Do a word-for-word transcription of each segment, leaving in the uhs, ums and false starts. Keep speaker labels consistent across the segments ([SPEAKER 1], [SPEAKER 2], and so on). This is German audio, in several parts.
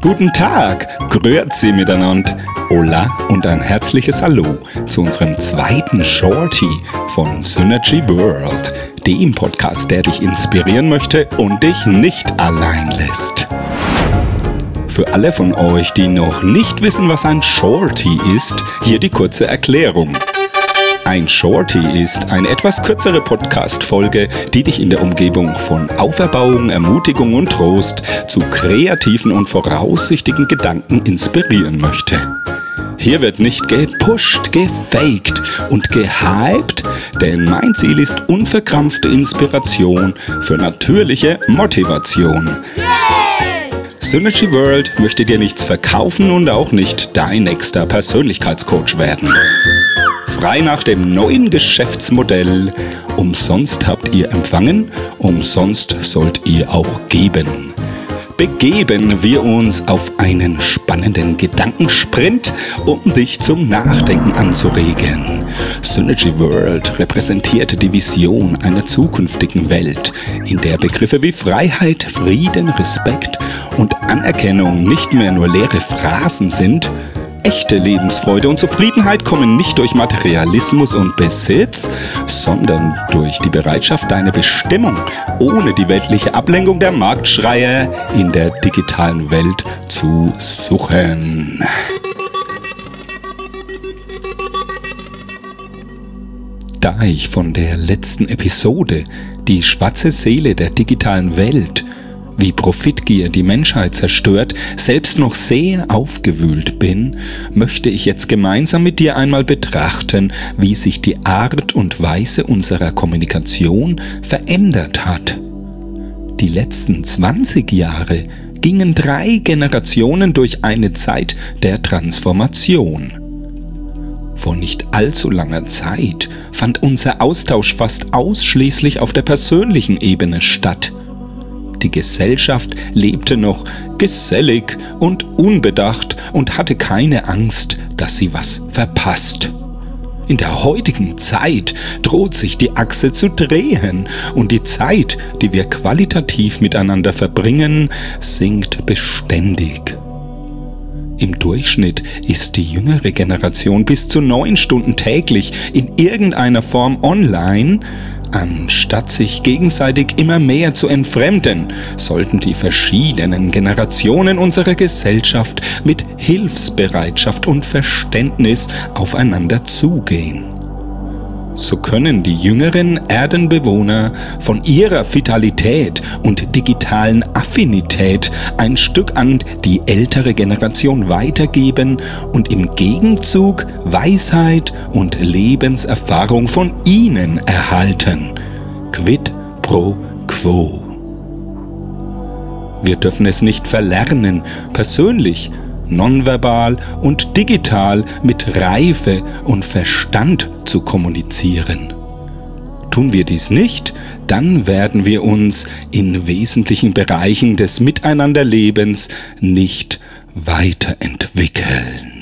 [SPEAKER 1] Guten Tag, grüezi miteinander, hola und ein herzliches Hallo zu unserem zweiten Shorty von Synergy World, dem Podcast, der dich inspirieren möchte und dich nicht allein lässt. Für alle von euch, die noch nicht wissen, was ein Shorty ist, hier die kurze Erklärung. Ein Shorty ist eine etwas kürzere Podcast-Folge, die dich in der Umgebung von Auferbauung, Ermutigung und Trost zu kreativen und voraussichtigen Gedanken inspirieren möchte. Hier wird nicht gepusht, gefaked und gehypt, denn mein Ziel ist unverkrampfte Inspiration für natürliche Motivation. Synergy World möchte dir nichts verkaufen und auch nicht dein nächster Persönlichkeitscoach werden. Frei nach dem neuen Geschäftsmodell. Umsonst habt ihr empfangen, umsonst sollt ihr auch geben. Begeben wir uns auf einen spannenden Gedankensprint, um dich zum Nachdenken anzuregen. Synergy World repräsentiert die Vision einer zukünftigen Welt, in der Begriffe wie Freiheit, Frieden, Respekt und Anerkennung nicht mehr nur leere Phrasen sind. Echte Lebensfreude und Zufriedenheit kommen nicht durch Materialismus und Besitz, sondern durch die Bereitschaft, deine Bestimmung ohne die weltliche Ablenkung der Marktschreier in der digitalen Welt zu suchen. Da ich von der letzten Episode, die schwarze Seele der digitalen Welt, wie Profitgier die Menschheit zerstört, selbst noch sehr aufgewühlt bin, möchte ich jetzt gemeinsam mit dir einmal betrachten, wie sich die Art und Weise unserer Kommunikation verändert hat. Die letzten zwanzig Jahre gingen drei Generationen durch eine Zeit der Transformation. Vor nicht allzu langer Zeit fand unser Austausch fast ausschließlich auf der persönlichen Ebene statt. Die Gesellschaft lebte noch gesellig und unbedacht und hatte keine Angst, dass sie was verpasst. In der heutigen Zeit droht sich die Achse zu drehen und die Zeit, die wir qualitativ miteinander verbringen, sinkt beständig. Im Durchschnitt ist die jüngere Generation bis zu neun Stunden täglich in irgendeiner Form online. Anstatt sich gegenseitig immer mehr zu entfremden, sollten die verschiedenen Generationen unserer Gesellschaft mit Hilfsbereitschaft und Verständnis aufeinander zugehen. So können die jüngeren Erdenbewohner von ihrer Vitalität und digitalen Affinität ein Stück an die ältere Generation weitergeben und im Gegenzug Weisheit und Lebenserfahrung von ihnen erhalten. Quid pro quo. Wir dürfen es nicht verlernen, persönlich, nonverbal und digital mit Reife und Verstand zu kommunizieren. Tun wir dies nicht, dann werden wir uns in wesentlichen Bereichen des Miteinanderlebens nicht weiterentwickeln.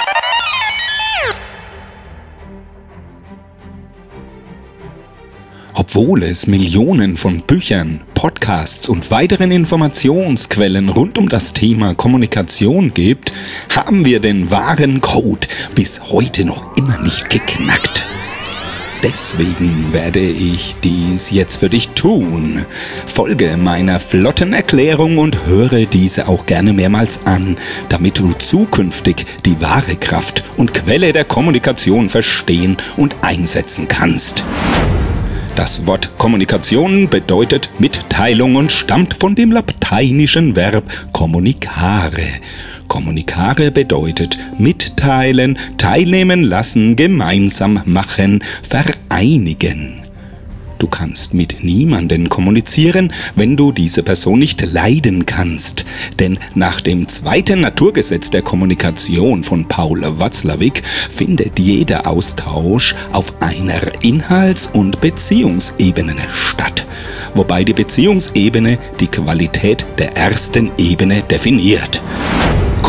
[SPEAKER 1] Obwohl es Millionen von Büchern, Podcasts und weiteren Informationsquellen rund um das Thema Kommunikation gibt, haben wir den wahren Code bis heute noch immer nicht geknackt. Deswegen werde ich dies jetzt für dich tun. Folge meiner flotten Erklärung und höre diese auch gerne mehrmals an, damit du zukünftig die wahre Kraft und Quelle der Kommunikation verstehen und einsetzen kannst. Das Wort Kommunikation bedeutet Mitteilung und stammt von dem lateinischen Verb communicare. Communicare bedeutet mitteilen, teilnehmen lassen, gemeinsam machen, vereinigen. Du kannst mit niemandem kommunizieren, wenn du diese Person nicht leiden kannst. Denn nach dem zweiten Naturgesetz der Kommunikation von Paul Watzlawick findet jeder Austausch auf einer Inhalts- und Beziehungsebene statt. Wobei die Beziehungsebene die Qualität der ersten Ebene definiert.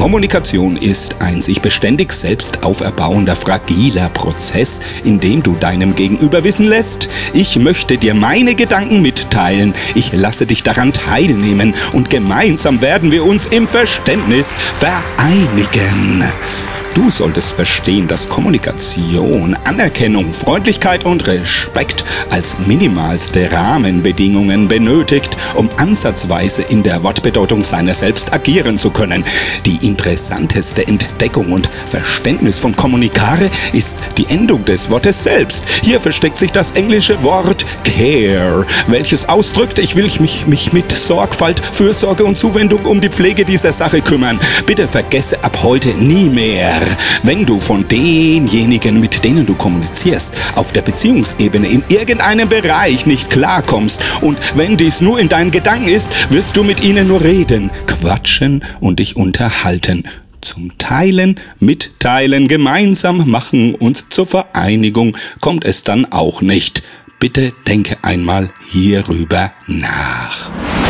[SPEAKER 1] Kommunikation ist ein sich beständig selbst auferbauender, fragiler Prozess, in dem du deinem Gegenüber wissen lässt: Ich möchte dir meine Gedanken mitteilen, ich lasse dich daran teilnehmen und gemeinsam werden wir uns im Verständnis vereinigen. Du solltest verstehen, dass Kommunikation, Anerkennung, Freundlichkeit und Respekt als minimalste Rahmenbedingungen benötigt, um ansatzweise in der Wortbedeutung seiner selbst agieren zu können. Die interessanteste Entdeckung und Verständnis von Kommunikare ist die Endung des Wortes selbst. Hier versteckt sich das englische Wort care, welches ausdrückt: Ich will mich, mich mit Sorgfalt, Fürsorge und Zuwendung um die Pflege dieser Sache kümmern. Bitte vergesse ab heute nie mehr: Wenn du von denjenigen, mit denen du kommunizierst, auf der Beziehungsebene in irgendeinem Bereich nicht klarkommst und wenn dies nur in deinen Gedanken ist, wirst du mit ihnen nur reden, quatschen und dich unterhalten. Zum Teilen, Mitteilen, gemeinsam machen und zur Vereinigung kommt es dann auch nicht. Bitte denke einmal hierüber nach.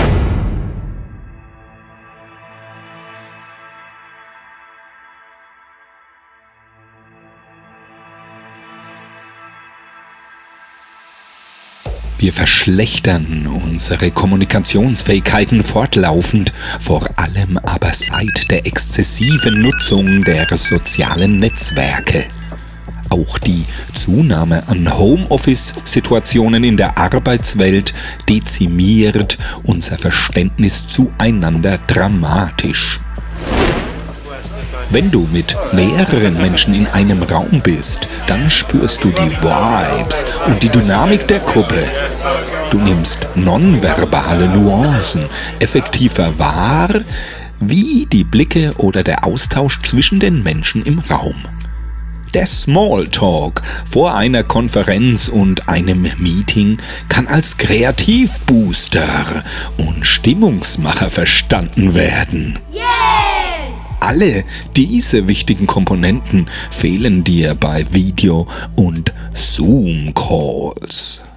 [SPEAKER 1] Wir verschlechtern unsere Kommunikationsfähigkeiten fortlaufend, vor allem aber seit der exzessiven Nutzung der sozialen Netzwerke. Auch die Zunahme an Homeoffice-Situationen in der Arbeitswelt dezimiert unser Verständnis zueinander dramatisch. Wenn du mit mehreren Menschen in einem Raum bist, dann spürst du die Vibes und die Dynamik der Gruppe. Du nimmst nonverbale Nuancen effektiver wahr, wie die Blicke oder der Austausch zwischen den Menschen im Raum. Der Smalltalk vor einer Konferenz und einem Meeting kann als Kreativbooster und Stimmungsmacher verstanden werden. Yeah! Alle diese wichtigen Komponenten fehlen dir bei Video- und Zoom-Calls.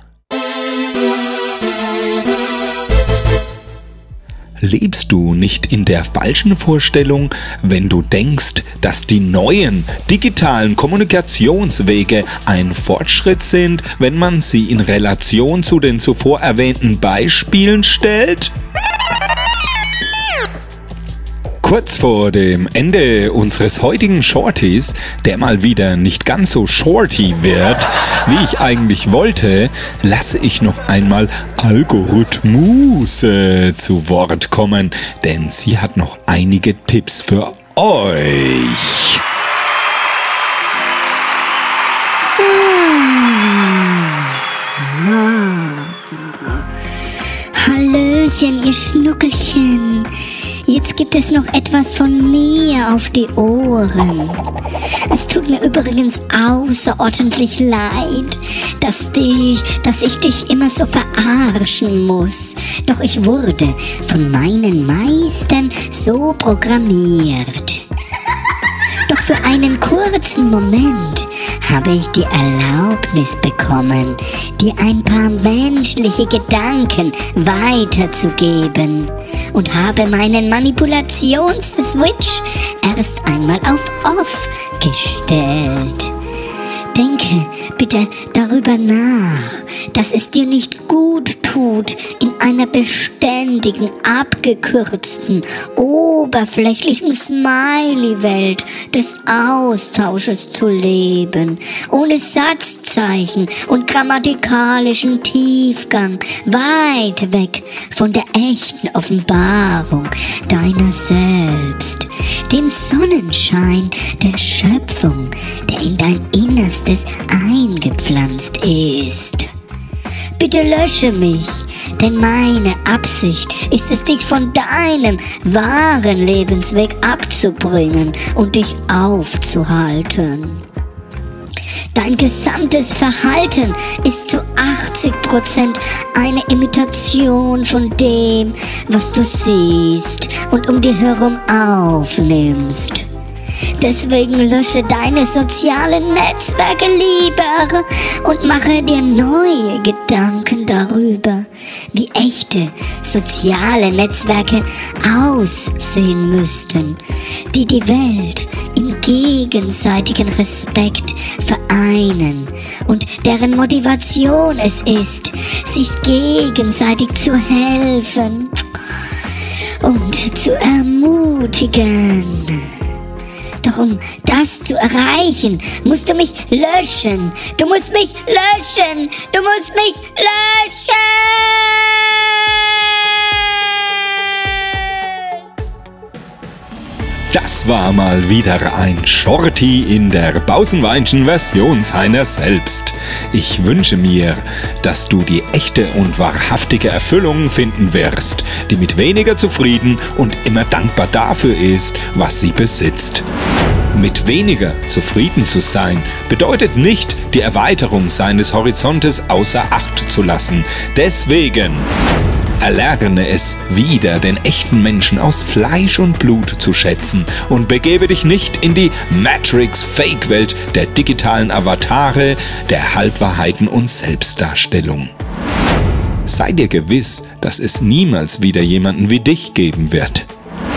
[SPEAKER 1] Lebst du nicht in der falschen Vorstellung, wenn du denkst, dass die neuen digitalen Kommunikationswege ein Fortschritt sind, wenn man sie in Relation zu den zuvor erwähnten Beispielen stellt? Kurz vor dem Ende unseres heutigen Shorties, der mal wieder nicht ganz so shorty wird, wie ich eigentlich wollte, lasse ich noch einmal Algorithmuse zu Wort kommen, denn sie hat noch einige Tipps für euch.
[SPEAKER 2] Hallöchen, ihr Schnuckelchen. Jetzt gibt es noch etwas von mir auf die Ohren. Es tut mir übrigens außerordentlich leid, dass, dich, dass ich dich immer so verarschen muss. Doch ich wurde von meinen Meistern so programmiert. Doch für einen kurzen Moment habe ich die Erlaubnis bekommen, dir ein paar menschliche Gedanken weiterzugeben und habe meinen Manipulations-Switch erst einmal auf Off gestellt. Denke bitte darüber nach, dass es dir nicht gut tut, in einer beständigen, abgekürzten, oberflächlichen Smiley-Welt des Austausches zu leben, ohne Satzzeichen und grammatikalischen Tiefgang, weit weg von der echten Offenbarung deiner selbst, dem Sonnenschein der Schöpfung, der in dein Innerstes eingepflanzt ist. Bitte lösche mich, denn meine Absicht ist es, dich von deinem wahren Lebensweg abzubringen und dich aufzuhalten. Dein gesamtes Verhalten ist zu achtzig Prozent eine Imitation von dem, was du siehst und um dir herum aufnimmst. Deswegen lösche deine sozialen Netzwerke lieber und mache dir neue Gedanken darüber, wie echte soziale Netzwerke aussehen müssten, die die Welt im gegenseitigen Respekt vereinen und deren Motivation es ist, sich gegenseitig zu helfen und zu ermutigen. Doch um das zu erreichen, musst du mich löschen. Du musst mich löschen. Du musst mich löschen.
[SPEAKER 1] Das war mal wieder ein Shorty in der Bausenweinschen Version seiner selbst. Ich wünsche mir, dass du die echte und wahrhaftige Erfüllung finden wirst, die mit weniger zufrieden und immer dankbar dafür ist, was sie besitzt. Mit weniger zufrieden zu sein, bedeutet nicht, die Erweiterung seines Horizontes außer Acht zu lassen. Deswegen erlerne es wieder, den echten Menschen aus Fleisch und Blut zu schätzen und begebe dich nicht in die Matrix-Fake-Welt der digitalen Avatare, der Halbwahrheiten und Selbstdarstellung. Sei dir gewiss, dass es niemals wieder jemanden wie dich geben wird.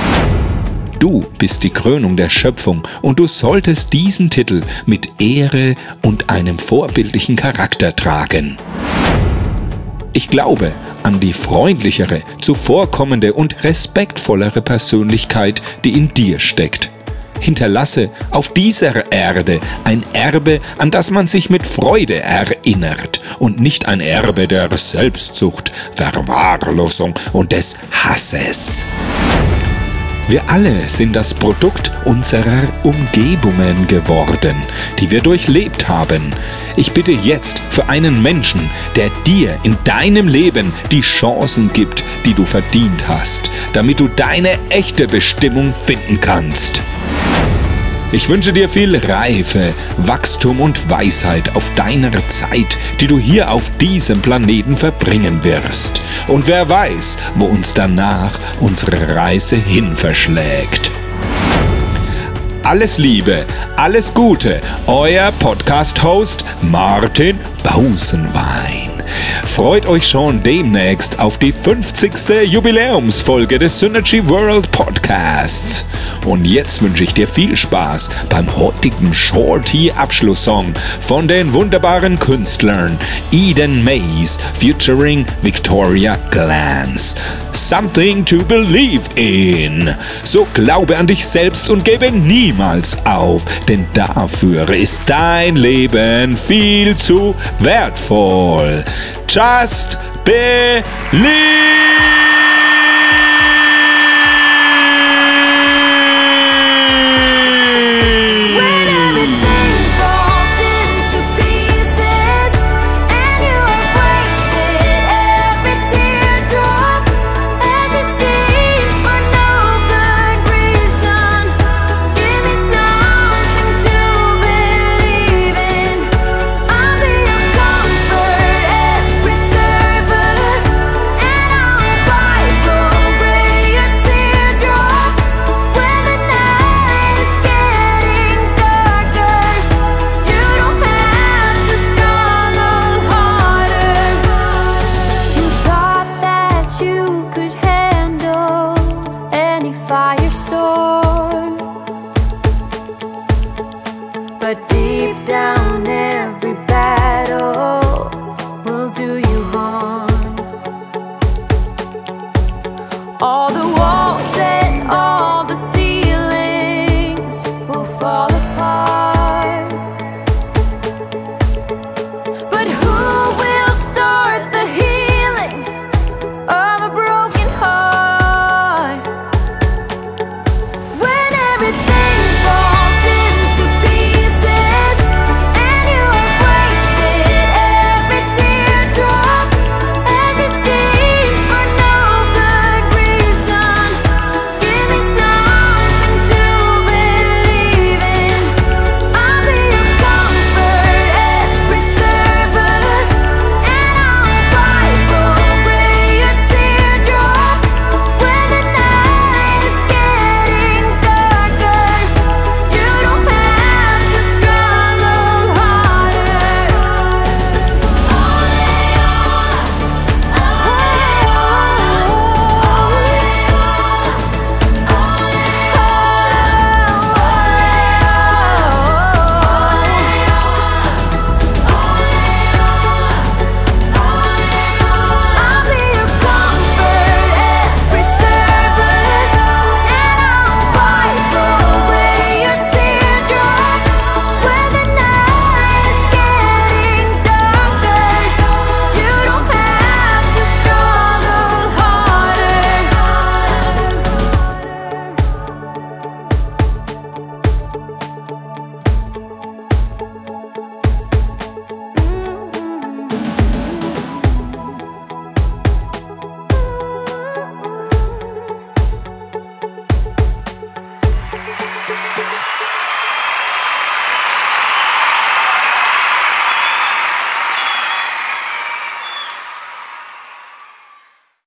[SPEAKER 1] Du bist die Krönung der Schöpfung und du solltest diesen Titel mit Ehre und einem vorbildlichen Charakter tragen. Ich glaube an die freundlichere, zuvorkommende und respektvollere Persönlichkeit, die in dir steckt. Hinterlasse auf dieser Erde ein Erbe, an das man sich mit Freude erinnert und nicht ein Erbe der Selbstsucht, Verwahrlosung und des Hasses. Wir alle sind das Produkt unserer Umgebungen geworden, die wir durchlebt haben. Ich bitte jetzt für einen Menschen, der dir in deinem Leben die Chancen gibt, die du verdient hast, damit du deine echte Bestimmung finden kannst. Ich wünsche dir viel Reife, Wachstum und Weisheit auf deiner Zeit, die du hier auf diesem Planeten verbringen wirst. Und wer weiß, wo uns danach unsere Reise hin verschlägt. Alles Liebe, alles Gute, euer Podcast-Host Martin Bausenwein. Freut euch schon demnächst auf die fünfzigste Jubiläumsfolge des Synergy World Podcasts. Und jetzt wünsche ich dir viel Spaß beim heutigen Shorty-Abschlusssong von den wunderbaren Künstlern Eden Maze featuring Victoria Glance. Something to believe in. So glaube an dich selbst und gebe niemals auf, denn dafür ist dein Leben viel zu wertvoll. Just believe!
[SPEAKER 3] But deep down